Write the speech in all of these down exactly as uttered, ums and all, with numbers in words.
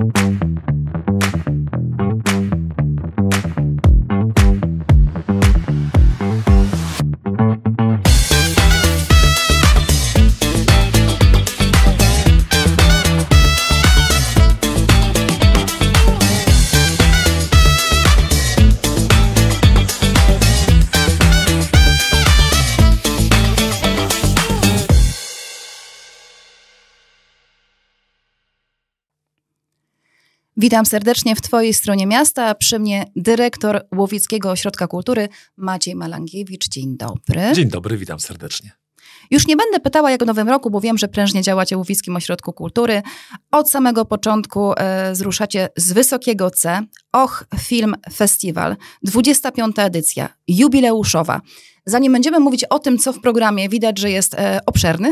Witam serdecznie w Twojej stronie miasta, a przy mnie dyrektor Łowickiego Ośrodka Kultury Maciej Malangiewicz. Dzień dobry. Dzień dobry, witam serdecznie. Już nie będę pytała jak o Nowym Roku, bo wiem, że prężnie działacie w Łowickim Ośrodku Kultury. Od samego początku e, zruszacie z wysokiego C. Och, Film Festiwal, dwudziesta piąta edycja, jubileuszowa. Zanim będziemy mówić o tym, co w programie, widać, że jest e, obszerny,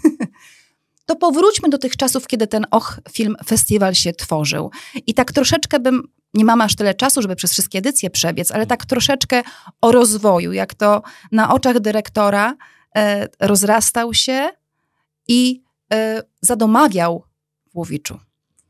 to powróćmy do tych czasów, kiedy ten Och, Film Festiwal się tworzył. I tak troszeczkę bym, nie mam aż tyle czasu, żeby przez wszystkie edycje przebiec, ale tak troszeczkę o rozwoju, jak to na oczach dyrektora e, rozrastał się i e, zadomawiał w Łowiczu.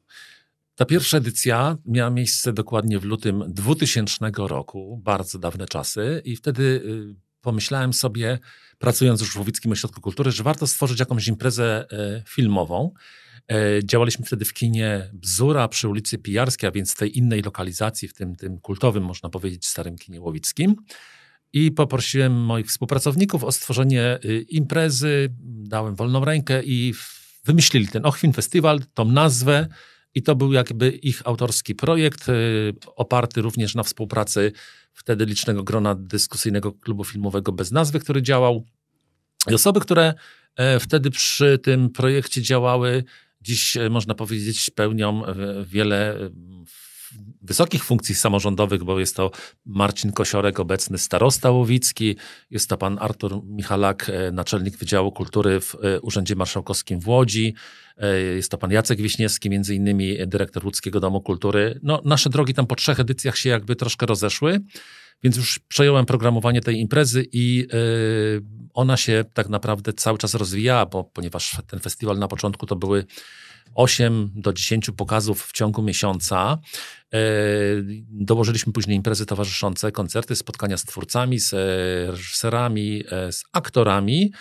Ta pierwsza edycja miała miejsce dokładnie w lutym dwutysięcznego roku, bardzo dawne czasy, i wtedy y, pomyślałem sobie, pracując już w Łowickim Ośrodku Kultury, że warto stworzyć jakąś imprezę e, filmową. E, działaliśmy wtedy w kinie Bzura przy ulicy Pijarskiej, a więc w tej innej lokalizacji, w tym, tym kultowym, można powiedzieć, starym kinie łowickim. I poprosiłem moich współpracowników o stworzenie y, imprezy, dałem wolną rękę i w, wymyślili ten Och Film Festiwal, tą nazwę. I to był jakby ich autorski projekt, y, oparty również na współpracy wtedy licznego grona dyskusyjnego klubu filmowego bez nazwy, który działał. I osoby, które e, wtedy przy tym projekcie działały, dziś e, można powiedzieć pełnią e, wiele e, wysokich funkcji samorządowych, bo jest to Marcin Kosiorek, obecny starosta łowicki, jest to pan Artur Michalak, e, naczelnik Wydziału Kultury w e, Urzędzie Marszałkowskim w Łodzi, e, jest to pan Jacek Wiśniewski, między innymi dyrektor Łódzkiego Domu Kultury. No, nasze drogi tam po trzech edycjach się jakby troszkę rozeszły, więc już przejąłem programowanie tej imprezy i yy, ona się tak naprawdę cały czas rozwijała, bo, ponieważ ten festiwal na początku to były osiem do dziesięciu pokazów w ciągu miesiąca. Yy, dołożyliśmy później imprezy towarzyszące, koncerty, spotkania z twórcami, z e, reżyserami, e, z aktorami.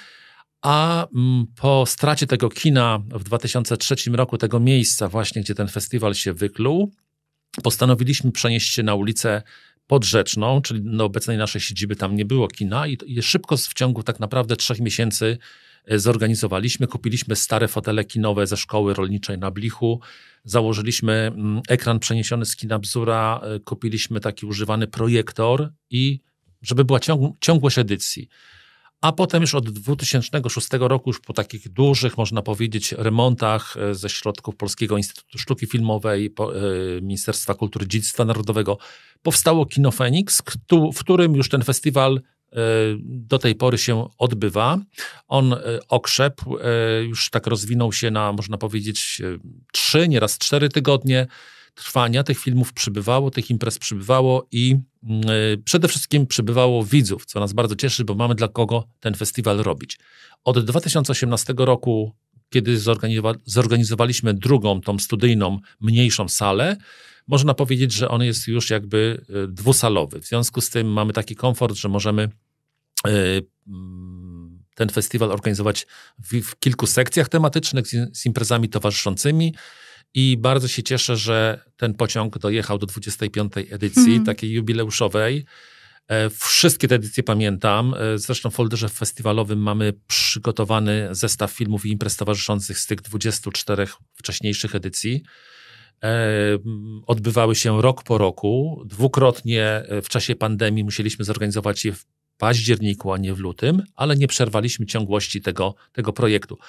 A m, po stracie tego kina w dwa tysiące trzecim roku, tego miejsca właśnie, gdzie ten festiwal się wykluł, postanowiliśmy przenieść się na ulicę Podrzeczną, czyli do obecnej naszej siedziby tam nie było kina i, i szybko w ciągu tak naprawdę trzech miesięcy zorganizowaliśmy. Kupiliśmy stare fotele kinowe ze szkoły rolniczej na Blichu, założyliśmy mm, ekran przeniesiony z kina Bzura, y, kupiliśmy taki używany projektor i żeby była ciąg, ciągłość edycji. A potem już od dwutysięcznego szóstego roku, już po takich dużych, można powiedzieć, remontach ze środków Polskiego Instytutu Sztuki Filmowej, po, y, Ministerstwa Kultury i Dziedzictwa Narodowego, powstało Kino Feniks, w którym już ten festiwal y, do tej pory się odbywa. On y, okrzepł, y, już tak rozwinął się na, można powiedzieć, y, trzy, nieraz cztery tygodnie trwania. Tych filmów przybywało, tych imprez przybywało i y, przede wszystkim przybywało widzów, co nas bardzo cieszy, bo mamy dla kogo ten festiwal robić. Od dwa tysiące osiemnastego roku, kiedy zorganizowa- zorganizowaliśmy drugą, tą studyjną, mniejszą salę, można powiedzieć, że on jest już jakby y, dwusalowy. W związku z tym mamy taki komfort, że możemy y, y, ten festiwal organizować w, w kilku sekcjach tematycznych z, z imprezami towarzyszącymi. I bardzo się cieszę, że ten pociąg dojechał do dwudziestej piątej edycji, mm. takiej jubileuszowej. E, wszystkie te edycje pamiętam. E, zresztą w folderze festiwalowym mamy przygotowany zestaw filmów i imprez towarzyszących z tych dwudziestu czterech wcześniejszych edycji. E, odbywały się rok po roku. Dwukrotnie w czasie pandemii musieliśmy zorganizować je w październiku, a nie w lutym, ale nie przerwaliśmy ciągłości tego, tego projektu.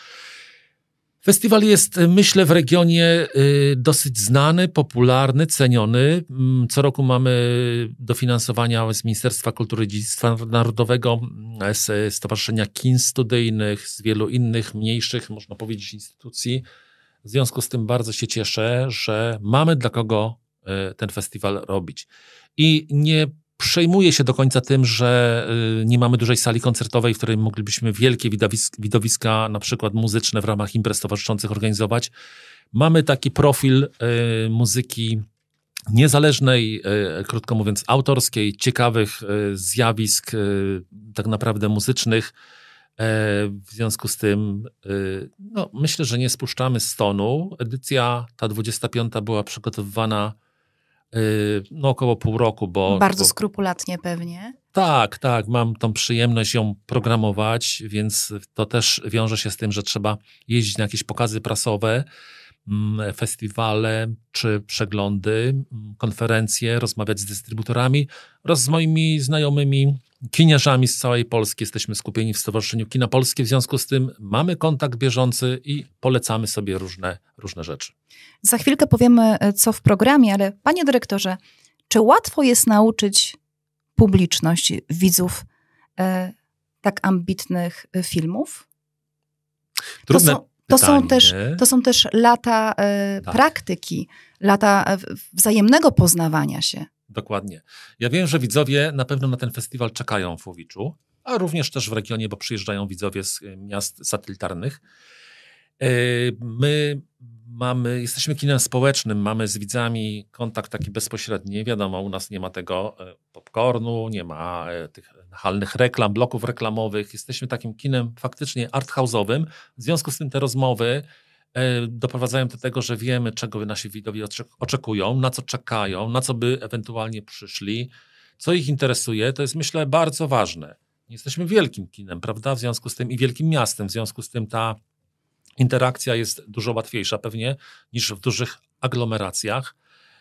Festiwal jest, myślę, w regionie dosyć znany, popularny, ceniony. Co roku mamy dofinansowania z Ministerstwa Kultury i Dziedzictwa Narodowego, z Stowarzyszenia Kin Studyjnych, z wielu innych mniejszych, można powiedzieć, instytucji. W związku z tym bardzo się cieszę, że mamy dla kogo ten festiwal robić. I nie przejmuję się do końca tym, że nie mamy dużej sali koncertowej, w której moglibyśmy wielkie widowiska, widowiska na przykład muzyczne w ramach imprez towarzyszących organizować. Mamy taki profil y, muzyki niezależnej, y, krótko mówiąc autorskiej, ciekawych y, zjawisk y, tak naprawdę muzycznych. Y, w związku z tym y, no, myślę, że nie spuszczamy z tonu. Edycja ta dwudziesta piąta była przygotowywana y, no, około pół roku. Bo Bardzo bo, skrupulatnie pewnie. Tak, tak. Mam tą przyjemność ją programować, więc to też wiąże się z tym, że trzeba jeździć na jakieś pokazy prasowe, festiwale czy przeglądy, konferencje, rozmawiać z dystrybutorami oraz z moimi znajomymi kiniarzami z całej Polski. Jesteśmy skupieni w Stowarzyszeniu Kina Polskie, w związku z tym mamy kontakt bieżący i polecamy sobie różne, różne rzeczy. Za chwilkę powiemy, co w programie, ale panie dyrektorze, czy łatwo jest nauczyć publiczność, widzów e, tak ambitnych filmów? Trudne to są, to są, też, to są też lata e, tak. praktyki, lata wzajemnego poznawania się. Dokładnie. Ja wiem, że widzowie na pewno na ten festiwal czekają w Łowiczu, a również też w regionie, bo przyjeżdżają widzowie z miast satelitarnych. My mamy, jesteśmy kinem społecznym, mamy z widzami kontakt taki bezpośredni. Wiadomo, u nas nie ma tego popcornu, nie ma tych nachalnych reklam, bloków reklamowych. Jesteśmy takim kinem faktycznie arthouse'owym. W związku z tym te rozmowy doprowadzają do tego, że wiemy, czego nasi widzowie oczekują, na co czekają, na co by ewentualnie przyszli, co ich interesuje. To jest, myślę, bardzo ważne. Jesteśmy wielkim kinem, prawda? W związku z tym i wielkim miastem, w związku z tym ta interakcja jest dużo łatwiejsza pewnie niż w dużych aglomeracjach.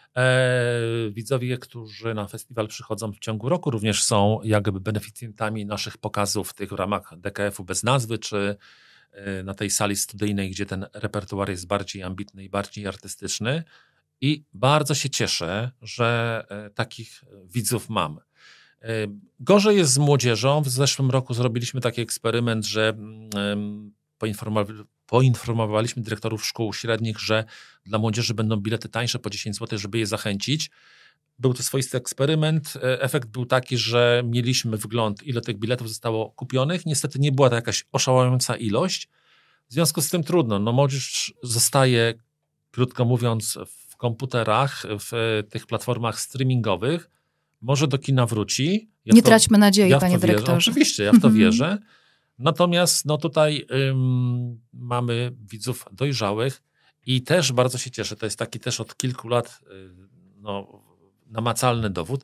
Eee, widzowie, którzy na festiwal przychodzą w ciągu roku, również są jakby beneficjentami naszych pokazów tych w ramach D K F-u bez nazwy, czy na tej sali studyjnej, gdzie ten repertuar jest bardziej ambitny i bardziej artystyczny. I bardzo się cieszę, że takich widzów mam. Gorzej jest z młodzieżą. W zeszłym roku zrobiliśmy taki eksperyment, że poinformowaliśmy poinformowaliśmy dyrektorów szkół średnich, że dla młodzieży będą bilety tańsze po dziesięć złotych, żeby je zachęcić. Był to swoisty eksperyment. Efekt był taki, że mieliśmy wgląd, ile tych biletów zostało kupionych. Niestety nie była to jakaś oszałamiająca ilość. W związku z tym trudno. No, młodzież zostaje, krótko mówiąc, w komputerach, w tych platformach streamingowych. Może do kina wróci. Ja nie to, traćmy nadziei, ja panie dyrektorze. Wierzę. Oczywiście, ja w to wierzę. Natomiast no tutaj ym, mamy widzów dojrzałych i też bardzo się cieszę. To jest taki też od kilku lat y, no, namacalny dowód,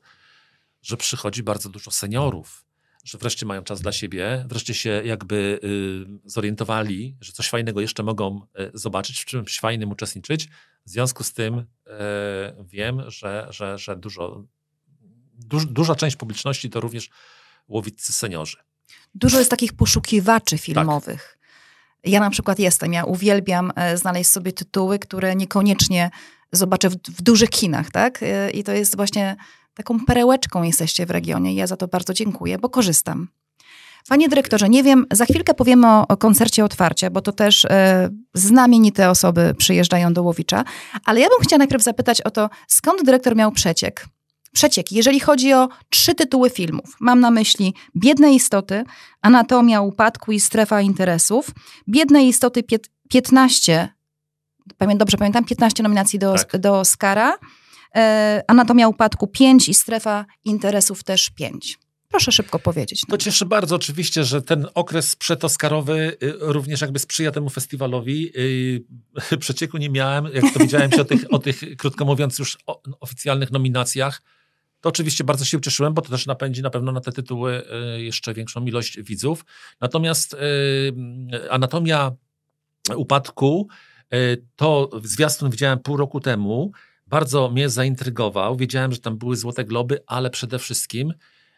że przychodzi bardzo dużo seniorów, że wreszcie mają czas dla siebie, wreszcie się jakby y, zorientowali, że coś fajnego jeszcze mogą y, zobaczyć, w czymś fajnym uczestniczyć. W związku z tym y, wiem, że, że, że dużo, duż, duża część publiczności to również łowiccy seniorzy. Dużo jest takich poszukiwaczy filmowych. Tak. Ja na przykład jestem, ja uwielbiam e, znaleźć sobie tytuły, które niekoniecznie zobaczę w, w dużych kinach, tak? E, I to jest właśnie taką perełeczką jesteście w regionie i ja za to bardzo dziękuję, bo korzystam. Panie dyrektorze, nie wiem, za chwilkę powiemy o, o koncercie otwarcia, bo to też e, znamienite osoby przyjeżdżają do Łowicza, ale ja bym chciała najpierw zapytać o to, skąd dyrektor miał przeciek? Przecieki, jeżeli chodzi o trzy tytuły filmów. Mam na myśli Biedne istoty, Anatomia upadku i Strefa interesów. Biedne istoty pię- piętnaście, pamię- dobrze pamiętam, piętnaście nominacji do, tak. do Oscara. E, Anatomia upadku pięć i Strefa interesów też pięć. Proszę szybko powiedzieć. To cieszy bardzo oczywiście, że ten okres przedoskarowy również jakby sprzyja temu festiwalowi. Przecieku nie miałem, jak dowiedziałem się o tych, o tych, krótko mówiąc, już oficjalnych nominacjach. To oczywiście bardzo się ucieszyłem, bo to też napędzi na pewno na te tytuły jeszcze większą ilość widzów. Natomiast Anatomia upadku, to zwiastun widziałem pół roku temu, bardzo mnie zaintrygował. Wiedziałem, że tam były Złote Globy, ale przede wszystkim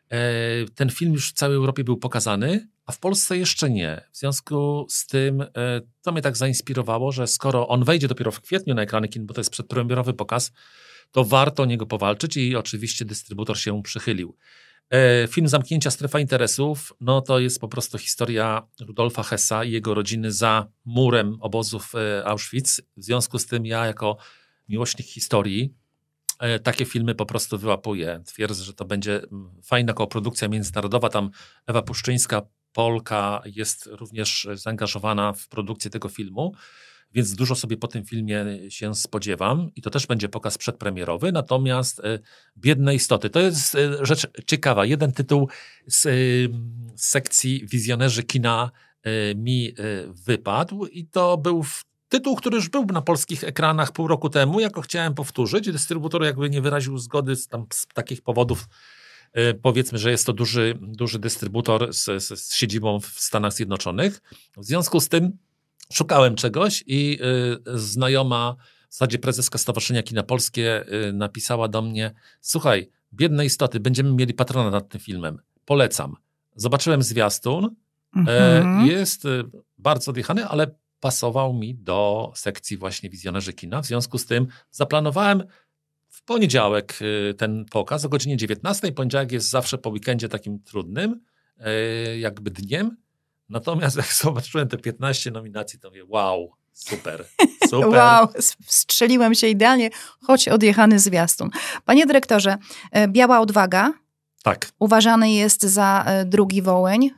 ten film już w całej Europie był pokazany, a w Polsce jeszcze nie. W związku z tym to mnie tak zainspirowało, że skoro on wejdzie dopiero w kwietniu na ekrany kin, bo to jest przedpremierowy pokaz, to warto o niego powalczyć i oczywiście dystrybutor się przychylił. Film Zamknięcia Strefa Interesów, no to jest po prostu historia Rudolfa Hessa i jego rodziny za murem obozów Auschwitz. W związku z tym ja jako miłośnik historii e, takie filmy po prostu wyłapuję. Twierdzę, że to będzie fajna koprodukcja międzynarodowa. Tam Ewa Puszczyńska, Polka, jest również zaangażowana w produkcję tego filmu, więc dużo sobie po tym filmie się spodziewam i to też będzie pokaz przedpremierowy. Natomiast e, Biedne istoty, to jest e, rzecz ciekawa. Jeden tytuł z, e, z sekcji Wizjonerzy kina e, mi e, wypadł i to był tytuł, który już był na polskich ekranach pół roku temu. Ja go chciałem powtórzyć. Dystrybutor jakby nie wyraził zgody z, tam, z takich powodów. E, powiedzmy, że jest to duży, duży dystrybutor z, z, z siedzibą w Stanach Zjednoczonych. W związku z tym szukałem czegoś i y, znajoma, w zasadzie prezeska Stowarzyszenia Kina Polskie y, napisała do mnie: słuchaj, Biedne istoty, będziemy mieli patrona nad tym filmem. Polecam. Zobaczyłem zwiastun. Mhm. E, jest y, bardzo odjechany, ale pasował mi do sekcji właśnie Wizjonerzy kina. W związku z tym zaplanowałem w poniedziałek y, ten pokaz o godzinie dziewiętnastej. Poniedziałek jest zawsze po weekendzie takim trudnym, y, jakby dniem. Natomiast jak zobaczyłem te piętnaście nominacji, to mówię, wow, super, super. Wow, strzeliłem się idealnie, choć odjechany zwiastun. Panie dyrektorze, Biała odwaga Tak. uważany jest za drugi Wołyń.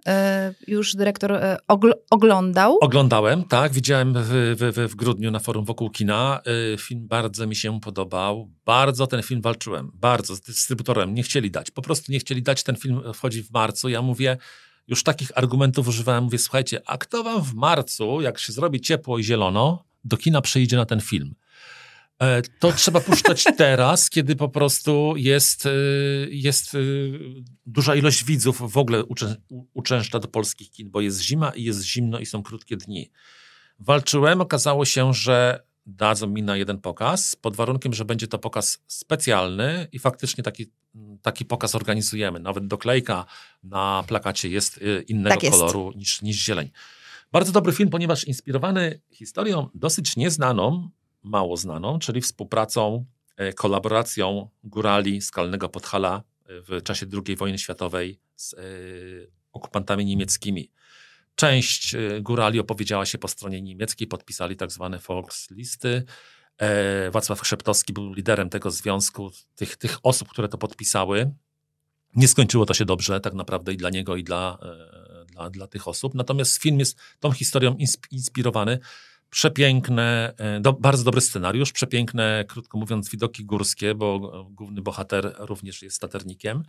Już dyrektor ogl- oglądał. Oglądałem, tak, widziałem w, w, w grudniu na forum Wokół Kina. Film bardzo mi się podobał. Bardzo ten film walczyłem, bardzo z dystrybutorem. Nie chcieli dać, po prostu nie chcieli dać. Ten film wchodzi w marcu. Ja mówię, już takich argumentów używałem, mówię, słuchajcie, a kto wam w marcu, jak się zrobi ciepło i zielono, do kina przyjdzie na ten film? E, to trzeba puszczać teraz, kiedy po prostu jest, jest duża ilość widzów w ogóle uczę, uczęszcza do polskich kin, bo jest zima i jest zimno i są krótkie dni. Walczyłem, okazało się, że dadzą mi na jeden pokaz, pod warunkiem, że będzie to pokaz specjalny i faktycznie taki, taki pokaz organizujemy. Nawet doklejka na plakacie jest innego tak jest. koloru niż, niż zieleń. Bardzo dobry film, ponieważ inspirowany historią dosyć nieznaną, mało znaną, czyli współpracą, kolaboracją górali Skalnego Podhala w czasie drugiej wojny światowej z okupantami niemieckimi. Część górali opowiedziała się po stronie niemieckiej, podpisali tak zwane Volkslisty. E, Wacław Chrzeptowski był liderem tego związku, tych, tych osób, które to podpisały. Nie skończyło to się dobrze tak naprawdę i dla niego, i dla, e, dla, dla tych osób. Natomiast film jest tą historią inspirowany. Przepiękne, e, do, bardzo dobry scenariusz, przepiękne, krótko mówiąc, widoki górskie, bo główny bohater również jest taternikiem.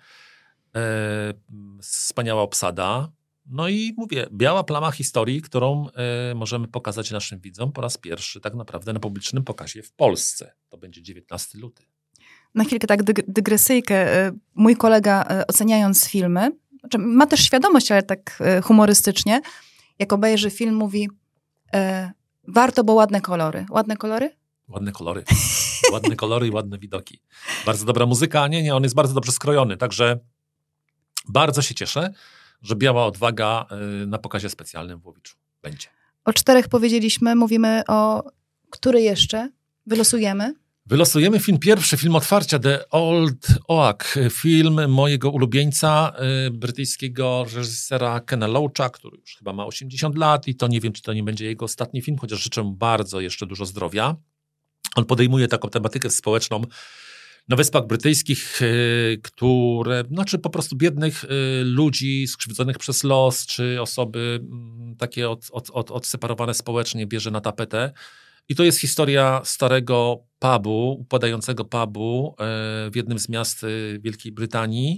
E, wspaniała obsada. No i mówię, biała plama historii, którą y, możemy pokazać naszym widzom po raz pierwszy tak naprawdę na publicznym pokazie w Polsce. To będzie dziewiętnasty luty. Na chwilkę tak dyg- dygresyjkę. Mój kolega oceniając filmy, znaczy ma też świadomość, ale tak humorystycznie, jak obejrzy film, mówi e, warto, bo ładne kolory. Ładne kolory? Ładne kolory. Ładne kolory i ładne widoki. Bardzo dobra muzyka. Nie, nie, on jest bardzo dobrze skrojony, także bardzo się cieszę, że Biała odwaga na pokazie specjalnym w Łowiczu będzie. O czterech powiedzieliśmy, mówimy o... Który jeszcze? Wylosujemy? Wylosujemy film pierwszy, film otwarcia, The Old Oak, film mojego ulubieńca, y, brytyjskiego reżysera Kena Loacha, który już chyba ma osiemdziesiąt lat i to nie wiem, czy to nie będzie jego ostatni film, chociaż życzę mu bardzo jeszcze dużo zdrowia. On podejmuje taką tematykę społeczną na Wyspach Brytyjskich, y, które, znaczy po prostu biednych y, ludzi skrzywdzonych przez los, czy osoby y, takie od, od, od, odseparowane społecznie bierze na tapetę. I to jest historia starego pubu, upadającego pubu y, w jednym z miast y, Wielkiej Brytanii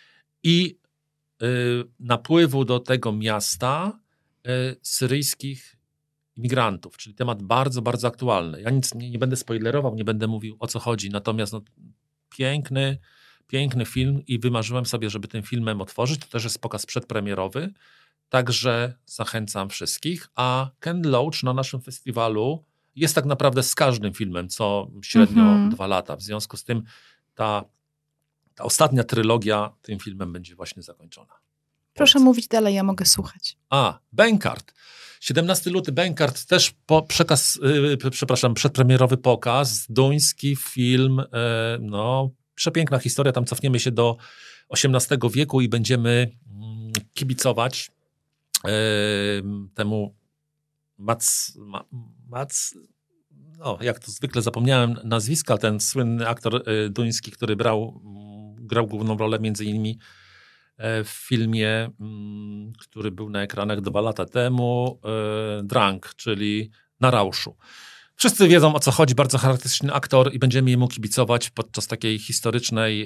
i y, napływu do tego miasta y, syryjskich imigrantów, czyli temat bardzo, bardzo aktualny. Ja nic nie, nie będę spoilerował, nie będę mówił, o co chodzi, natomiast no, piękny, piękny film i wymarzyłem sobie, żeby tym filmem otworzyć. To też jest pokaz przedpremierowy, także zachęcam wszystkich. A Ken Loach na naszym festiwalu jest tak naprawdę z każdym filmem, co średnio mm-hmm. dwa lata. W związku z tym ta, ta ostatnia trylogia tym filmem będzie właśnie zakończona. Proszę Polecam. Mówić dalej, ja mogę słuchać. A, Bankard. siedemnasty luty, Bankard, też po przekaz, yy, przepraszam, przedpremierowy pokaz, duński film, yy, no, przepiękna historia, tam cofniemy się do osiemnastego wieku i będziemy yy, kibicować yy, temu Mats, ma, Mats, no, jak to zwykle zapomniałem nazwiska, ten słynny aktor duński, który brał, grał główną rolę między innymi w filmie, który był na ekranach dwa lata temu, Drunk, czyli Na rauszu. Wszyscy wiedzą, o co chodzi, bardzo charakterystyczny aktor i będziemy jemu kibicować podczas takiej historycznej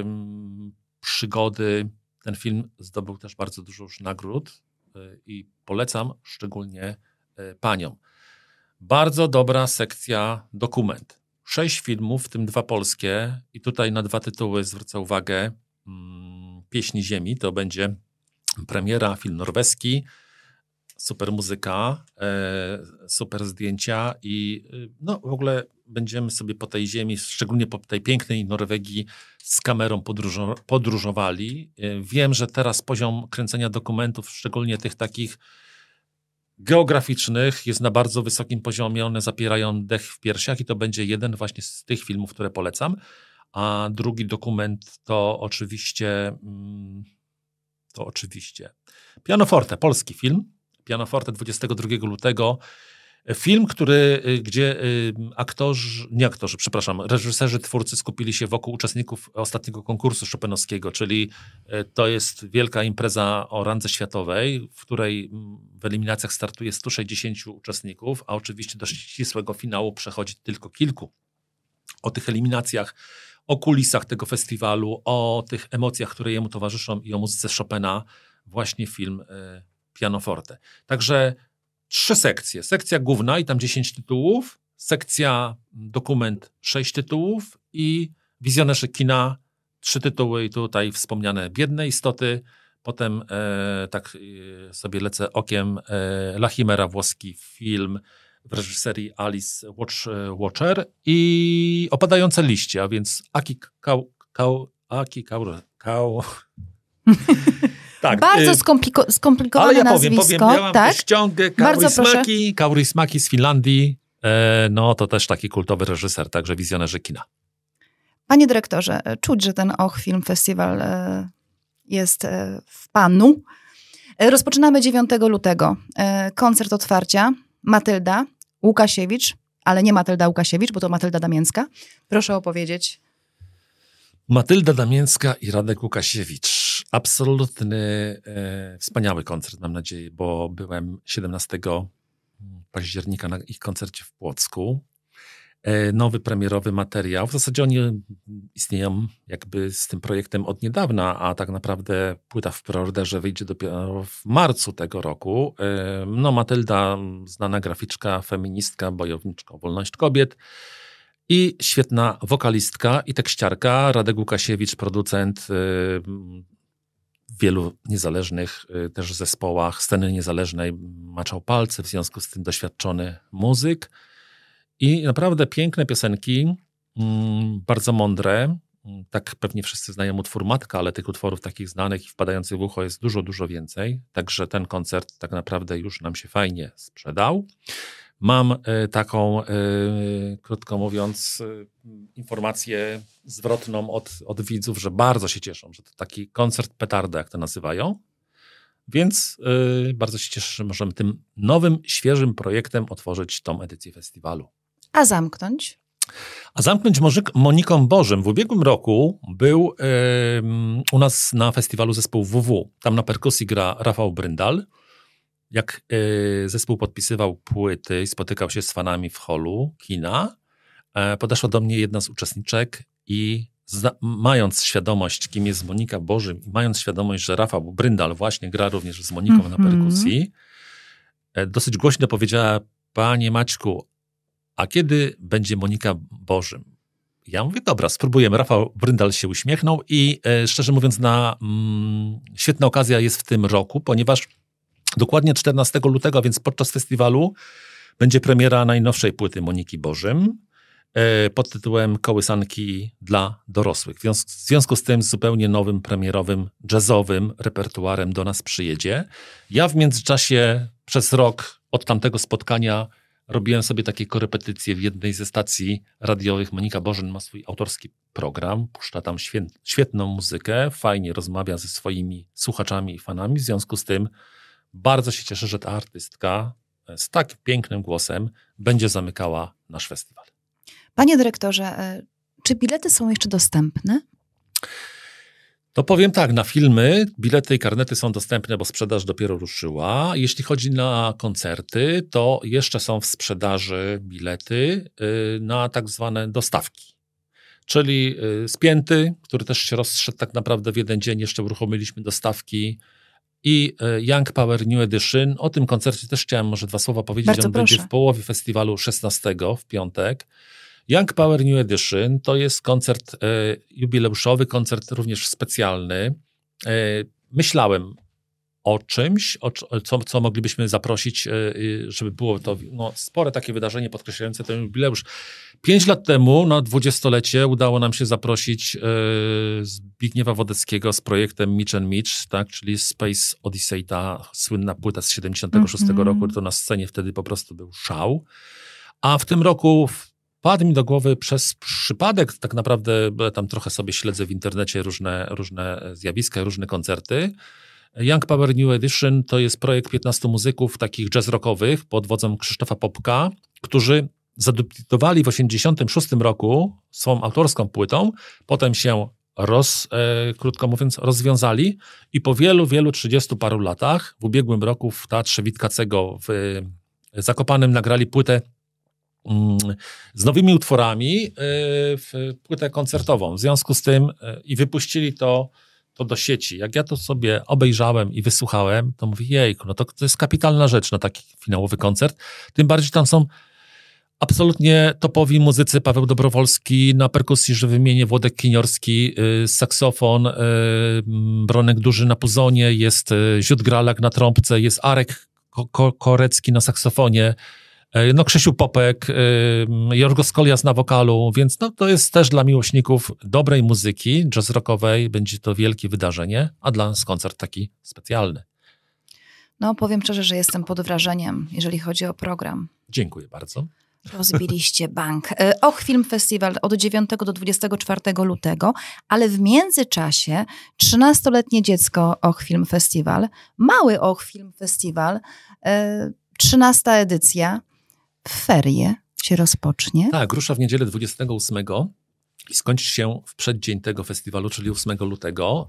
przygody. Ten film zdobył też bardzo dużo już nagród i polecam szczególnie paniom. Bardzo dobra sekcja dokument. Sześć filmów, w tym dwa polskie i tutaj na dwa tytuły zwrócę uwagę. Pieśni Ziemi to będzie premiera, film norweski, super muzyka, super zdjęcia i no w ogóle będziemy sobie po tej ziemi, szczególnie po tej pięknej Norwegii z kamerą podróżo- podróżowali. Wiem, że teraz poziom kręcenia dokumentów, szczególnie tych takich geograficznych, jest na bardzo wysokim poziomie, one zapierają dech w piersiach i to będzie jeden właśnie z tych filmów, które polecam. A drugi dokument to oczywiście to oczywiście Pianoforte, polski film. Pianoforte dwudziestego drugiego lutego. Film, który, gdzie aktorzy, nie aktorzy, przepraszam, reżyserzy, twórcy skupili się wokół uczestników ostatniego konkursu chopinowskiego, czyli to jest wielka impreza o randze światowej, w której w eliminacjach startuje sto sześćdziesięciu uczestników, a oczywiście do ścisłego finału przechodzi tylko kilku. O tych eliminacjach, o kulisach tego festiwalu, o tych emocjach, które jemu towarzyszą i o muzyce Chopina, właśnie film Pianoforte. Także trzy sekcje. Sekcja główna i tam dziesięć tytułów, sekcja dokument sześć tytułów i wizjonerzy kina trzy tytuły i tutaj wspomniane Biedne istoty. Potem e, tak e, sobie lecę okiem e, La Chimera, włoski film w reżyserii Alice Watch, Watcher i Opadające liście, a więc Aki Kau... kau, Aki Kau... kau Tak, bardzo y- skompliko- skomplikowane ale ja nazwisko. powiem, powiem, miałam tak? ściągę Kaurismäki, Kaurismäki z Finlandii, e, no to też taki kultowy reżyser, także wizjonerzy kina. Panie dyrektorze, czuć, że ten Och Film Festiwal e, jest e, w panu. E, rozpoczynamy dziewiątego lutego. E, koncert otwarcia, Matylda Łukasiewicz, ale nie Matylda Łukasiewicz, bo to Matylda Damięcka. Proszę opowiedzieć. Matylda Damięcka i Radek Łukasiewicz. Absolutny, e, wspaniały koncert, mam nadzieję, bo byłem siedemnastego października na ich koncercie w Płocku. E, nowy premierowy materiał. W zasadzie oni istnieją jakby z tym projektem od niedawna, a tak naprawdę płyta w preorderze wyjdzie dopiero w marcu tego roku. E, no Matylda, znana graficzka, feministka, bojowniczka o wolność kobiet. I świetna wokalistka i tekściarka, Radek Łukasiewicz, producent y, w wielu niezależnych y, też zespołach sceny niezależnej, maczał palce, w związku z tym doświadczony muzyk. I naprawdę piękne piosenki, y, bardzo mądre. Tak pewnie wszyscy znają utwór Matka, ale tych utworów takich znanych i wpadających w ucho jest dużo, dużo więcej. Także ten koncert tak naprawdę już nam się fajnie sprzedał. Mam y, taką, y, krótko mówiąc, y, informację zwrotną od, od widzów, że bardzo się cieszą, że to taki koncert petarda, jak to nazywają. Więc y, bardzo się cieszę, że możemy tym nowym, świeżym projektem otworzyć tą edycję festiwalu. A zamknąć? A zamknąć Moniką Bożym. W ubiegłym roku był y, u nas na festiwalu zespół W W. Tam na perkusji gra Rafał Bryndal. Jak y, zespół podpisywał płyty i spotykał się z fanami w holu kina, y, podeszła do mnie jedna z uczestniczek i zna, mając świadomość, kim jest Monika Bożym i mając świadomość, że Rafał Bryndal właśnie gra również z Moniką mm-hmm. na perkusji, y, dosyć głośno powiedziała: Panie Maćku, a kiedy będzie Monika Bożym? Ja mówię, dobra, spróbujemy. Rafał Bryndal się uśmiechnął i y, szczerze mówiąc, na mm, świetna okazja jest w tym roku, ponieważ dokładnie czternastego lutego, a więc podczas festiwalu, będzie premiera najnowszej płyty Moniki Bożym e, pod tytułem Kołysanki dla dorosłych. W związku, w związku z tym z zupełnie nowym, premierowym, jazzowym repertuarem do nas przyjedzie. Ja w międzyczasie przez rok od tamtego spotkania robiłem sobie takie korepetycje w jednej ze stacji radiowych. Monika Bożyn ma swój autorski program, puszcza tam świetną muzykę, fajnie rozmawia ze swoimi słuchaczami i fanami. W związku z tym bardzo się cieszę, że ta artystka z tak pięknym głosem będzie zamykała nasz festiwal. Panie dyrektorze, czy bilety są jeszcze dostępne? To powiem tak, na filmy bilety i karnety są dostępne, bo sprzedaż dopiero ruszyła. Jeśli chodzi na koncerty, to jeszcze są w sprzedaży bilety na tak zwane dostawki. Czyli Spięty, który też się rozszedł tak naprawdę w jeden dzień, jeszcze uruchomiliśmy dostawki, i Young Power New Edition. O tym koncercie też chciałem może dwa słowa powiedzieć. Bardzo On proszę. będzie w połowie festiwalu szesnastego w piątek. Young Power New Edition to jest koncert e, jubileuszowy, koncert również specjalny. E, myślałem o czymś, o, co, co moglibyśmy zaprosić, e, żeby było to no, spore takie wydarzenie podkreślające ten jubileusz. Pięć lat temu, na dwudziestolecie, udało nam się zaprosić e, Zbigniewa Wodeckiego z projektem Mitch and Mitch, tak, czyli Space Odyssey, ta słynna płyta z siedemdziesiątego szóstego mm-hmm. roku, to na scenie wtedy po prostu był szał. A w tym roku wpadł mi do głowy przez przypadek, tak naprawdę tam trochę sobie śledzę w internecie różne, różne zjawiska, różne koncerty. Young Power New Edition to jest projekt piętnastu muzyków takich jazz rockowych pod wodzą Krzysztofa Popka, którzy zadebiutowali w osiemdziesiątym szóstym roku swoją autorską płytą, potem się roz, e, krótko mówiąc rozwiązali i po wielu, wielu trzydziestu paru latach w ubiegłym roku w Teatrze Witkacego w Zakopanem nagrali płytę z nowymi utworami, w płytę koncertową. W związku z tym i wypuścili to, to do sieci. Jak ja to sobie obejrzałem i wysłuchałem, to mówię, jejku, no to, to jest kapitalna rzecz na taki finałowy koncert. Tym bardziej tam są absolutnie topowi muzycy. Paweł Dobrowolski na perkusji, że wymienię Włodek Kiniorski, saksofon, Bronek Duży na puzonie, jest Ziut Gralak na trąbce, jest Arek Korecki na saksofonie, no Krzysiu Popek, Jorgo Skolias na wokalu, więc no, to jest też dla miłośników dobrej muzyki jazz rockowej, będzie to wielkie wydarzenie, a dla nas koncert taki specjalny. No powiem szczerze, że jestem pod wrażeniem, jeżeli chodzi o program. Dziękuję bardzo. Rozbiliście bank. Och Film Festiwal od dziewiątego do dwudziestego czwartego lutego, ale w międzyczasie trzynastoletnie dziecko Och Film Festiwal, mały Och Film Festiwal, trzynasta edycja, w ferie się rozpocznie. Tak, rusza w niedzielę dwudziestego ósmego i skończy się w przeddzień tego festiwalu, czyli ósmego lutego.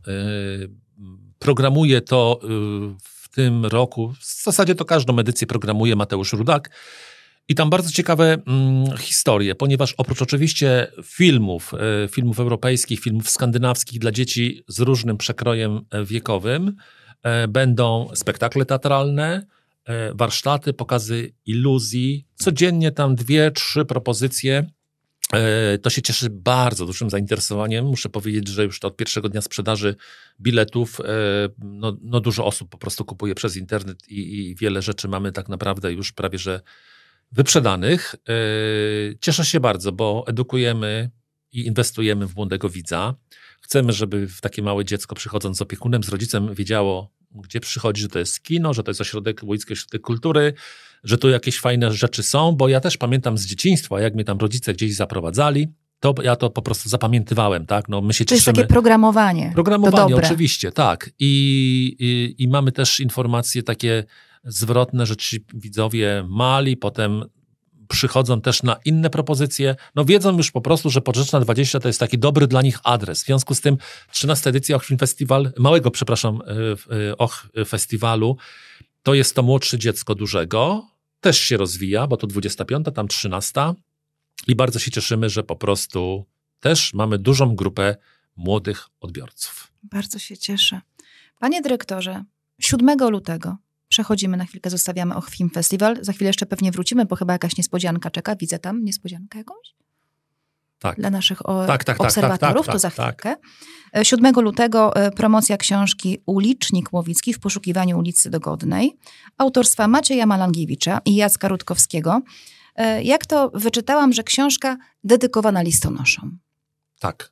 Programuje to w tym roku, w zasadzie to każdą edycję programuje Mateusz Rudak. I tam bardzo ciekawe mm, historie, ponieważ oprócz oczywiście filmów, e, filmów europejskich, filmów skandynawskich dla dzieci z różnym przekrojem wiekowym, e, będą spektakle teatralne, e, warsztaty, pokazy iluzji. Codziennie tam dwie, trzy propozycje. E, to się cieszy bardzo dużym zainteresowaniem. Muszę powiedzieć, że już to od pierwszego dnia sprzedaży biletów e, no, no dużo osób po prostu kupuje przez internet i, i wiele rzeczy mamy tak naprawdę już prawie, że wyprzedanych. Cieszę się bardzo, bo edukujemy i inwestujemy w młodego widza. Chcemy, żeby w takie małe dziecko przychodząc z opiekunem, z rodzicem wiedziało, gdzie przychodzi, że to jest kino, że to jest ośrodek, Łódzki Ośrodek Kultury, że tu jakieś fajne rzeczy są, bo ja też pamiętam z dzieciństwa, jak mnie tam rodzice gdzieś zaprowadzali, to ja to po prostu zapamiętywałem, tak? No, my się to cieszymy. jest takie programowanie. Programowanie, oczywiście, tak. I, i, i mamy też informacje takie zwrotne, że ci widzowie mali, potem przychodzą też na inne propozycje, no wiedzą już po prostu, że Podrzeczna dwadzieścia to jest taki dobry dla nich adres. W związku z tym trzynasta edycja Och Film Festiwal, małego, przepraszam, Och Festiwalu, to jest to młodsze dziecko dużego, też się rozwija, bo to dwudziesta piąta, tam trzynasta i bardzo się cieszymy, że po prostu też mamy dużą grupę młodych odbiorców. Bardzo się cieszę. Panie dyrektorze, siódmego lutego przechodzimy na chwilkę, zostawiamy Och Film Festiwal. Za chwilę jeszcze pewnie wrócimy, bo chyba jakaś niespodzianka czeka. Widzę tam niespodziankę jakąś? Tak. Dla naszych o, tak, tak, obserwatorów, tak, tak, to za tak, chwilkę. Tak. siódmego lutego promocja książki Ulicznik Łowicki w poszukiwaniu ulicy Dogodnej, autorstwa Macieja Malangiewicza i Jacka Rutkowskiego. Jak to wyczytałam, że książka dedykowana listonoszom. Tak.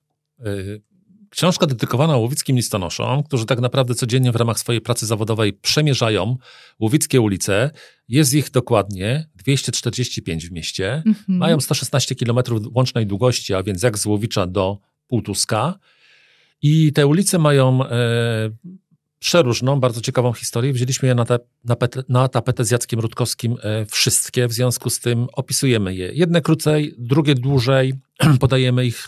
Książka dedykowana łowickim listonoszom, którzy tak naprawdę codziennie w ramach swojej pracy zawodowej przemierzają łowickie ulice. Jest ich dokładnie dwieście czterdzieści pięć w mieście. Mm-hmm. Mają sto szesnaście kilometrów łącznej długości, a więc jak z Łowicza do Półtuska. I te ulice mają e, przeróżną, bardzo ciekawą historię. Wzięliśmy je na, te, na, pete, na tapetę z Jackiem Rutkowskim e, wszystkie, w związku z tym opisujemy je. Jedne krócej, drugie dłużej, podajemy ich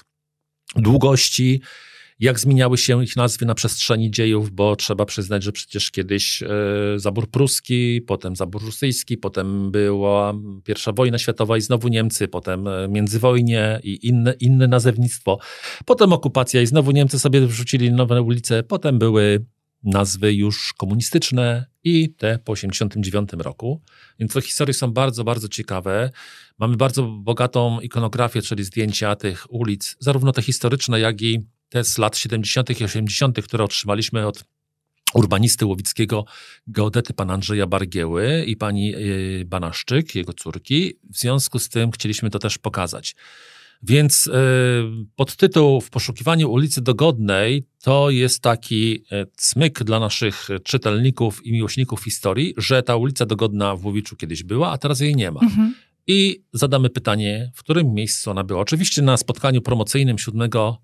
długości, jak zmieniały się ich nazwy na przestrzeni dziejów, bo trzeba przyznać, że przecież kiedyś e, zabór pruski, potem zabór rosyjski, potem była pierwsza wojna światowa i znowu Niemcy, potem międzywojnie i inne, inne nazewnictwo, potem okupacja i znowu Niemcy sobie wrzucili nowe ulice, potem były nazwy już komunistyczne i te po osiemdziesiątym dziewiątym roku. Więc te historie są bardzo, bardzo ciekawe. Mamy bardzo bogatą ikonografię, czyli zdjęcia tych ulic, zarówno te historyczne, jak i te z lat siedemdziesiątych i osiemdziesiątych, które otrzymaliśmy od urbanisty łowickiego, geodety pana Andrzeja Bargieły i pani Banaszczyk, jego córki. W związku z tym chcieliśmy to też pokazać. Więc podtytuł W poszukiwaniu ulicy Dogodnej to jest taki cmyk dla naszych czytelników i miłośników historii, że ta ulica Dogodna w Łowiczu kiedyś była, a teraz jej nie ma. Mhm. I zadamy pytanie, w którym miejscu ona była. Oczywiście na spotkaniu promocyjnym siódmego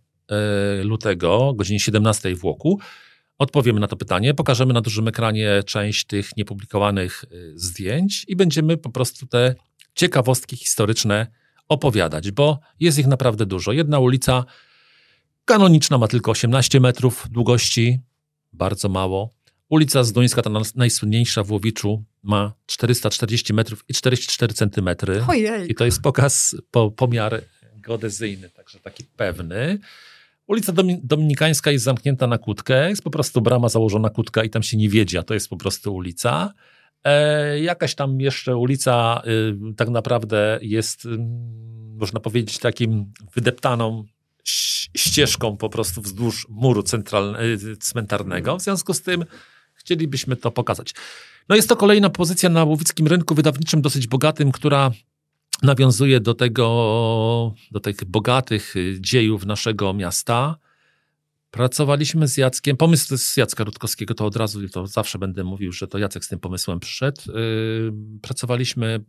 lutego o godzinie siedemnastej w Łoku odpowiemy na to pytanie, pokażemy na dużym ekranie część tych niepublikowanych zdjęć i będziemy po prostu te ciekawostki historyczne opowiadać, bo jest ich naprawdę dużo. Jedna ulica kanoniczna ma tylko osiemnaście metrów długości, bardzo mało. Ulica Zduńska, ta najsłynniejsza w Łowiczu, ma czterysta czterdzieści metrów i czterdzieści cztery centymetry. Ojej. I to jest pokaz, po, pomiar geodezyjny, także taki pewny. Ulica Dominikańska jest zamknięta na kłódkę, jest po prostu brama założona kłódka i tam się nie wiedzie, a to jest po prostu ulica. E, jakaś tam jeszcze ulica y, tak naprawdę jest, y, można powiedzieć, takim wydeptaną ścieżką po prostu wzdłuż muru centralnego, cmentarnego. W związku z tym chcielibyśmy to pokazać. No jest to kolejna pozycja na łowickim rynku wydawniczym dosyć bogatym, która nawiązuje do tego, do tych bogatych dziejów naszego miasta. Pracowaliśmy z Jackiem, pomysł z Jacka Rutkowskiego, to od razu, to zawsze będę mówił, że to Jacek z tym pomysłem przyszedł. Pracowaliśmy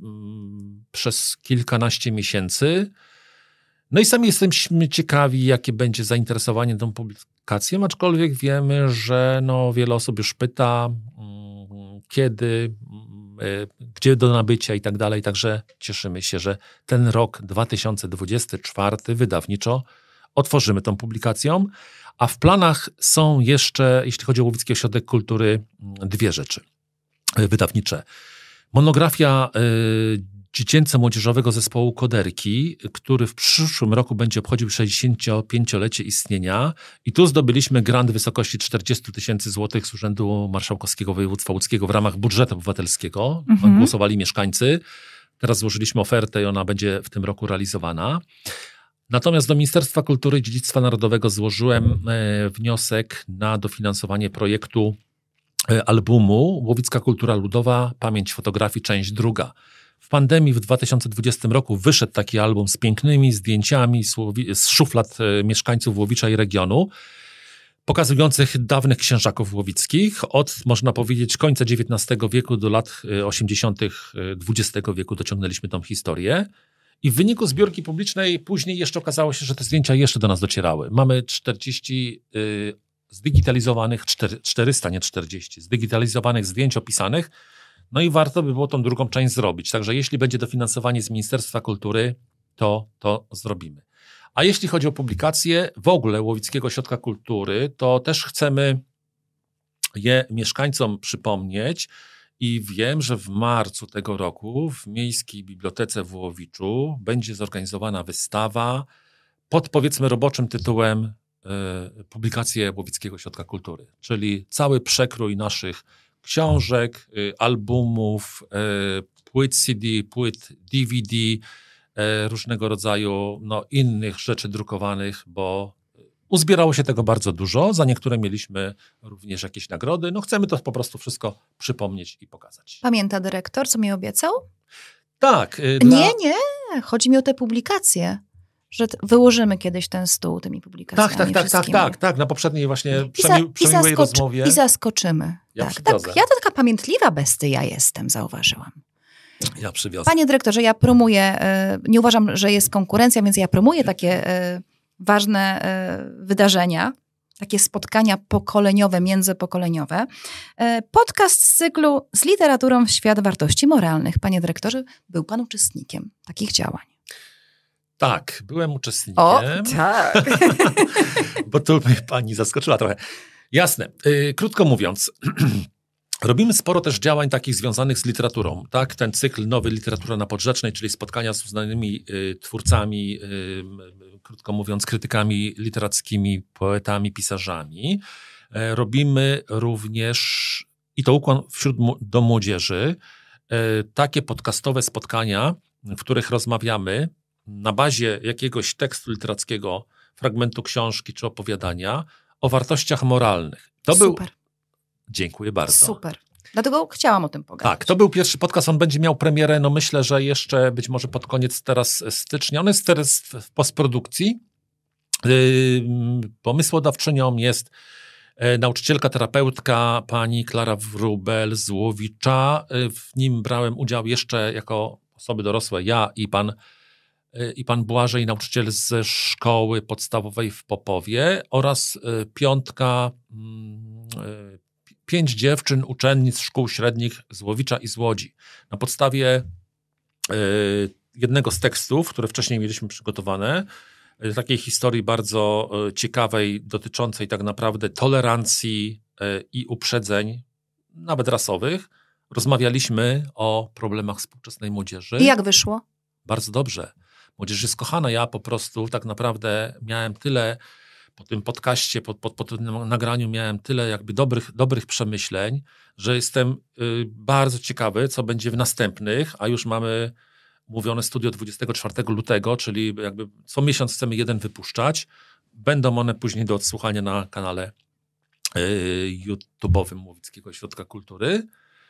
przez kilkanaście miesięcy. No i sami jesteśmy ciekawi, jakie będzie zainteresowanie tą publikacją, aczkolwiek wiemy, że no wiele osób już pyta, kiedy, gdzie do nabycia i tak dalej, także cieszymy się, że ten rok dwa tysiące dwudziesty czwarty wydawniczo otworzymy tą publikacją, a w planach są jeszcze, jeśli chodzi o Łowicki Ośrodek Kultury, dwie rzeczy wydawnicze. Monografia dziecięco-młodzieżowego zespołu Koderki, który w przyszłym roku będzie obchodził sześćdziesięciopięciolecie istnienia i tu zdobyliśmy grant w wysokości czterdzieści tysięcy złotych z Urzędu Marszałkowskiego Województwa Łódzkiego w ramach budżetu obywatelskiego. Mhm. Głosowali mieszkańcy. Teraz złożyliśmy ofertę i ona będzie w tym roku realizowana. Natomiast do Ministerstwa Kultury i Dziedzictwa Narodowego złożyłem wniosek na dofinansowanie projektu albumu Łowicka Kultura Ludowa, Pamięć Fotografii, część druga. W pandemii w dwa tysiące dwudziestym roku wyszedł taki album z pięknymi zdjęciami z szuflad mieszkańców Łowicza i regionu, pokazujących dawnych księżaków łowickich od, można powiedzieć, końca dziewiętnastego wieku do lat osiemdziesiątych dwudziestego wieku dociągnęliśmy tą historię. I w wyniku zbiórki publicznej później jeszcze okazało się, że te zdjęcia jeszcze do nas docierały. Mamy czterdzieści y, zdigitalizowanych, czterysta, nie czterdzieści, zdigitalizowanych zdjęć opisanych, no i warto by było tą drugą część zrobić. Także jeśli będzie dofinansowanie z Ministerstwa Kultury, to to zrobimy. A jeśli chodzi o publikacje w ogóle Łowickiego Ośrodka Kultury, to też chcemy je mieszkańcom przypomnieć i wiem, że w marcu tego roku w Miejskiej Bibliotece w Łowiczu będzie zorganizowana wystawa pod, powiedzmy, roboczym tytułem y, Publikacje Łowickiego Ośrodka Kultury, czyli cały przekrój naszych książek, y, albumów, y, płyt C D, płyt D V D, y, różnego rodzaju no, innych rzeczy drukowanych, bo uzbierało się tego bardzo dużo. Za niektóre mieliśmy również jakieś nagrody. No chcemy to po prostu wszystko przypomnieć i pokazać. Pamięta dyrektor, co mi obiecał? Tak. Y, dla... Nie, nie. Chodzi mi o te publikacje. Że wyłożymy kiedyś ten stół tymi publikacjami. Tak, tak, tak, tak, tak, tak. Na poprzedniej właśnie przemi- I przemiłej rozmowie. I zaskoczymy. Ja tak, przywiozę. tak. Ja to taka pamiętliwa bestia jestem, zauważyłam. Ja przywiozę. Panie dyrektorze, ja promuję, nie uważam, że jest konkurencja, więc ja promuję takie ważne wydarzenia takie spotkania pokoleniowe, międzypokoleniowe. Podcast z cyklu Z literaturą w świat wartości moralnych. Panie dyrektorze, był pan uczestnikiem takich działań. Tak, byłem uczestnikiem. O, tak. Bo tu mnie pani zaskoczyła trochę. Jasne. Yy, krótko mówiąc, robimy sporo też działań takich związanych z literaturą. Tak? Ten cykl Nowy Literatura na Podrzecznej, czyli spotkania z uznanymi y, twórcami, y, y, krótko mówiąc, krytykami literackimi, poetami, pisarzami. Y, robimy również, i to ukłon wśród do młodzieży, y, takie podcastowe spotkania, w których rozmawiamy na bazie jakiegoś tekstu literackiego, fragmentu książki czy opowiadania o wartościach moralnych. To Super. Był... Dziękuję bardzo. Super. Dlatego chciałam o tym pogadać. Tak, to był pierwszy podcast, on będzie miał premierę, no myślę, że jeszcze być może pod koniec teraz stycznia. On jest teraz w postprodukcji. Yy, pomysłodawczynią jest yy, nauczycielka, terapeutka pani Klara Wróbel z Łowicza. Yy, w nim brałem udział jeszcze jako osoby dorosłe, ja i pan i pan Błażej, nauczyciel ze szkoły podstawowej w Popowie oraz piątka, pięć dziewczyn, uczennic szkół średnich z Łowicza i z Łodzi. Na podstawie jednego z tekstów, które wcześniej mieliśmy przygotowane, takiej historii bardzo ciekawej, dotyczącej tak naprawdę tolerancji i uprzedzeń, nawet rasowych, rozmawialiśmy o problemach współczesnej młodzieży. I jak wyszło? Bardzo dobrze. Młodzież jest kochana. Ja po prostu tak naprawdę miałem tyle, po tym podcaście, po, po, po tym nagraniu miałem tyle jakby dobrych, dobrych przemyśleń, że jestem y, bardzo ciekawy, co będzie w następnych, a już mamy umówione studio dwudziestego czwartego lutego, czyli jakby co miesiąc chcemy jeden wypuszczać. Będą one później do odsłuchania na kanale y, YouTube'owym Łowickiego Ośrodka Kultury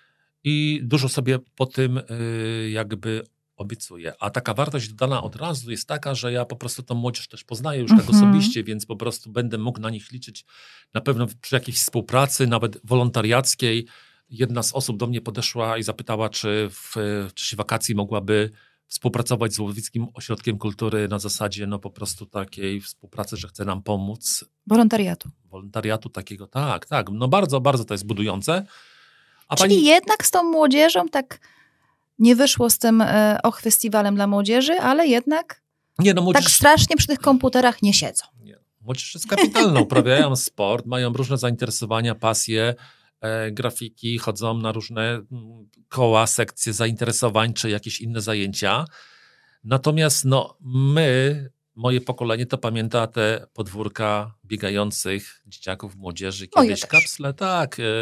i dużo sobie po tym y, jakby obiecuję. A taka wartość dodana od razu jest taka, że ja po prostu tą młodzież też poznaję już mm-hmm. tak osobiście, więc po prostu będę mógł na nich liczyć na pewno przy jakiejś współpracy, nawet wolontariackiej. Jedna z osób do mnie podeszła i zapytała, czy w czasie wakacji mogłaby współpracować z Łowickim Ośrodkiem Kultury na zasadzie no po prostu takiej współpracy, że chce nam pomóc. Wolontariatu. Wolontariatu takiego, tak, tak. No bardzo, bardzo to jest budujące. A Czyli pani... jednak z tą młodzieżą tak nie wyszło z tym e, och festiwalem dla młodzieży, ale jednak nie, no młodzież... tak strasznie przy tych komputerach nie siedzą. Nie. Młodzież jest kapitalna, uprawiają sport, mają różne zainteresowania, pasje, e, grafiki, chodzą na różne koła, sekcje zainteresowań, czy jakieś inne zajęcia. Natomiast no, my, moje pokolenie to pamięta te podwórka biegających dzieciaków, młodzieży, kiedyś kapsle, tak, e,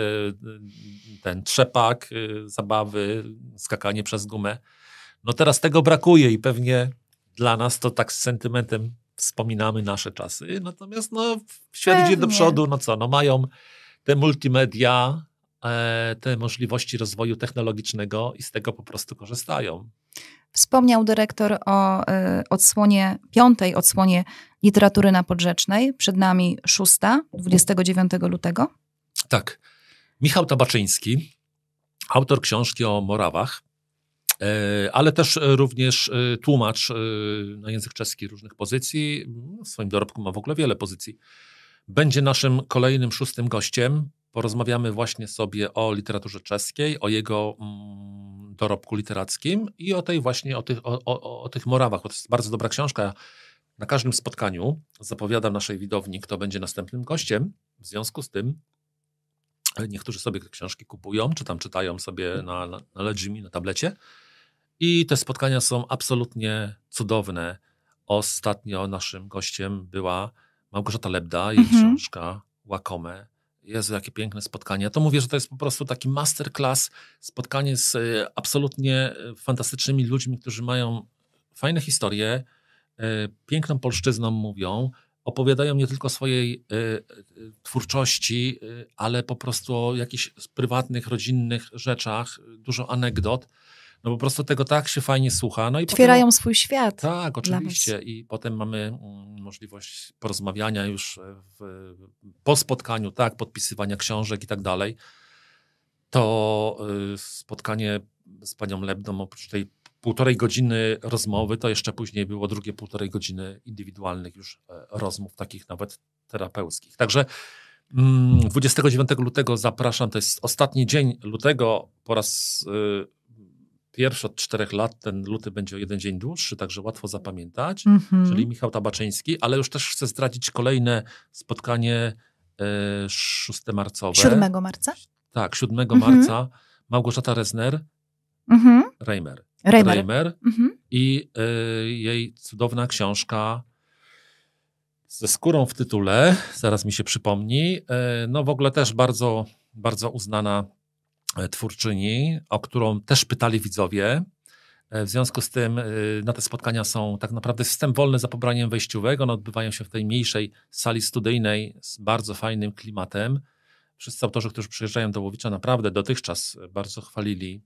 ten trzepak, e, zabawy, skakanie przez gumę. No teraz tego brakuje i pewnie dla nas to tak z sentymentem wspominamy nasze czasy, natomiast no, świat idzie do przodu, no co, no mają te multimedia, e, te możliwości rozwoju technologicznego i z tego po prostu korzystają. Wspomniał dyrektor o y, odsłonie, piątej odsłonie Literatury na Podrzecznej. Przed nami szósta, dwudziestego dziewiątego lutego. Tak. Michał Tabaczyński, autor książki o Morawach, y, ale też również y, tłumacz y, na język czeski różnych pozycji. W swoim dorobku ma w ogóle wiele pozycji. Będzie naszym kolejnym szóstym gościem. Porozmawiamy właśnie sobie o literaturze czeskiej, o jego mm, dorobku literackim i o tej właśnie, o tych, o, o, o tych Morawach. To jest bardzo dobra książka. Na każdym spotkaniu zapowiadam naszej widowni, kto będzie następnym gościem. W związku z tym niektórzy sobie te książki kupują, czy tam czytają sobie na, na, na Ledgimi, na tablecie. I te spotkania są absolutnie cudowne. Ostatnio naszym gościem była Małgorzata Lebda, jej mhm. książka Łakome. Jezu, jakie piękne spotkanie. Ja to mówię, że to jest po prostu taki masterclass, spotkanie z absolutnie fantastycznymi ludźmi, którzy mają fajne historie, piękną polszczyzną mówią, opowiadają nie tylko o swojej twórczości, ale po prostu o jakichś prywatnych, rodzinnych rzeczach, dużo anegdot. No po prostu tego tak się fajnie słucha. No i otwierają potem, swój świat. Tak, oczywiście. I potem mamy możliwość porozmawiania już w, po spotkaniu, tak, podpisywania książek i tak dalej. To y, spotkanie z panią Lebdą, oprócz tej półtorej godziny rozmowy, to jeszcze później było drugie półtorej godziny indywidualnych już rozmów, takich nawet terapeuckich. Także dwudziestego dziewiątego lutego zapraszam, to jest ostatni dzień lutego, po raz y, pierwszy od czterech lat ten luty będzie o jeden dzień dłuższy, także łatwo zapamiętać, mm-hmm. czyli Michał Tabaczyński, ale już też chcę zdradzić kolejne spotkanie y, szóstomarcowe. siódmego marca? Tak, siódmego mm-hmm. marca. Małgorzata Rezner, mm-hmm. Reimer. Reimer. Reimer mm-hmm. i y, jej cudowna książka Ze skórą w tytule, zaraz mi się przypomni, no w ogóle też bardzo, bardzo uznana twórczyni, o którą też pytali widzowie. W związku z tym na te spotkania są tak naprawdę wstęp wolny za pobraniem wejściówek. One odbywają się w tej mniejszej sali studyjnej z bardzo fajnym klimatem. Wszyscy autorzy, którzy przyjeżdżają do Łowicza, naprawdę dotychczas bardzo chwalili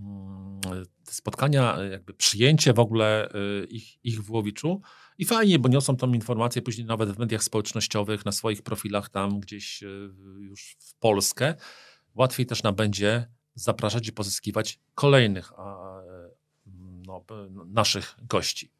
te spotkania, jakby przyjęcie w ogóle ich, ich w Łowiczu. I fajnie, bo niosą tą informację później nawet w mediach społecznościowych, na swoich profilach tam gdzieś już w Polskę. Łatwiej też nam będzie zapraszać i pozyskiwać kolejnych no, naszych gości.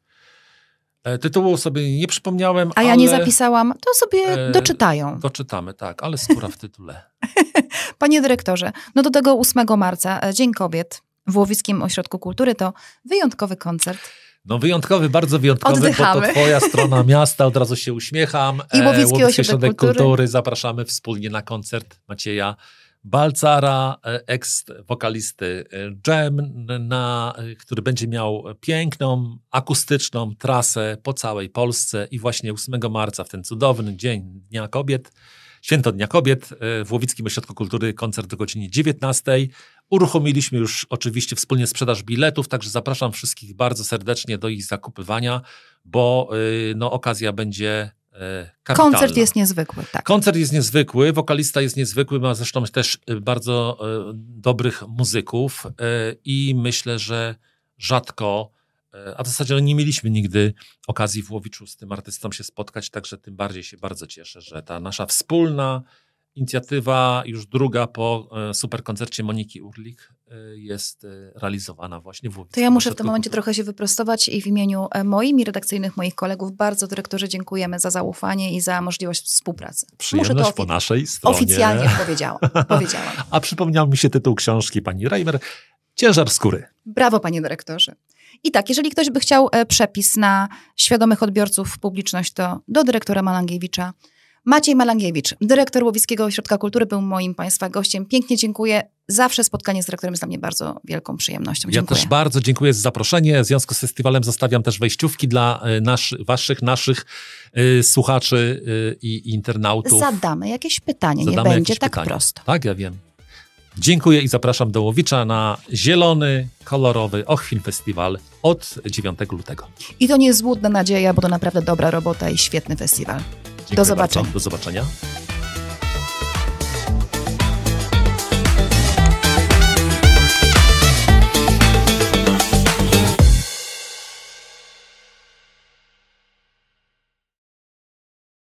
Tytułu sobie nie przypomniałem, A ja ale nie zapisałam, to sobie doczytają. Doczytamy, tak, ale skóra w tytule. Panie dyrektorze, no do tego ósmego marca, Dzień Kobiet w Łowickim Ośrodku Kultury, to wyjątkowy koncert. No wyjątkowy, bardzo wyjątkowy, Oddychamy. Bo to twoja strona miasta, od razu się uśmiecham. I Łowicki Ośrodek, Łowicki Ośrodek Kultury. Kultury. Zapraszamy wspólnie na koncert Macieja Balcara, eks-wokalisty Dżem, na, który będzie miał piękną, akustyczną trasę po całej Polsce i właśnie ósmego marca w ten cudowny dzień Dnia Kobiet, Święto Dnia Kobiet w Łowickim Ośrodku Kultury koncert o godzinie dziewiętnastej. Uruchomiliśmy już oczywiście wspólnie sprzedaż biletów, także zapraszam wszystkich bardzo serdecznie do ich zakupywania, bo no, okazja będzie kapitalna. Koncert jest niezwykły, tak. Koncert jest niezwykły, wokalista jest niezwykły, ma zresztą też bardzo dobrych muzyków i myślę, że rzadko, a w zasadzie nie mieliśmy nigdy okazji w Łowiczu z tym artystą się spotkać, także tym bardziej się bardzo cieszę, że ta nasza wspólna inicjatywa, już druga po superkoncercie Moniki Urlik, jest realizowana właśnie w Łowickim. To ja muszę w tym momencie trochę się wyprostować i w imieniu moim i redakcyjnych moich kolegów bardzo dyrektorze dziękujemy za zaufanie i za możliwość współpracy. Przyjemność muszę to po naszej stronie. Oficjalnie powiedziałam. powiedziałam. A przypomniał mi się tytuł książki pani Reimer, Ciężar skóry. Brawo, panie dyrektorze. I tak, jeżeli ktoś by chciał przepis na świadomych odbiorców w publiczność, to do dyrektora Malangiewicza. Maciej Malangiewicz, dyrektor Łowickiego Ośrodka Kultury, był moim państwa gościem. Pięknie dziękuję. Zawsze spotkanie z dyrektorem jest dla mnie bardzo wielką przyjemnością. Dziękuję. Ja też bardzo dziękuję za zaproszenie. W związku z festiwalem zostawiam też wejściówki dla nasz, waszych, naszych y, słuchaczy y, i internautów. Zadamy jakieś pytanie, Zadamy nie będzie tak pytanie. prosto. Tak, ja wiem. Dziękuję i zapraszam do Łowicza na zielony, kolorowy Och Film Festiwal od dziewiątego lutego. I to nie jest złudna nadzieja, bo to naprawdę dobra robota i świetny festiwal. Dziękuję do zobaczenia. Bardzo. Do zobaczenia.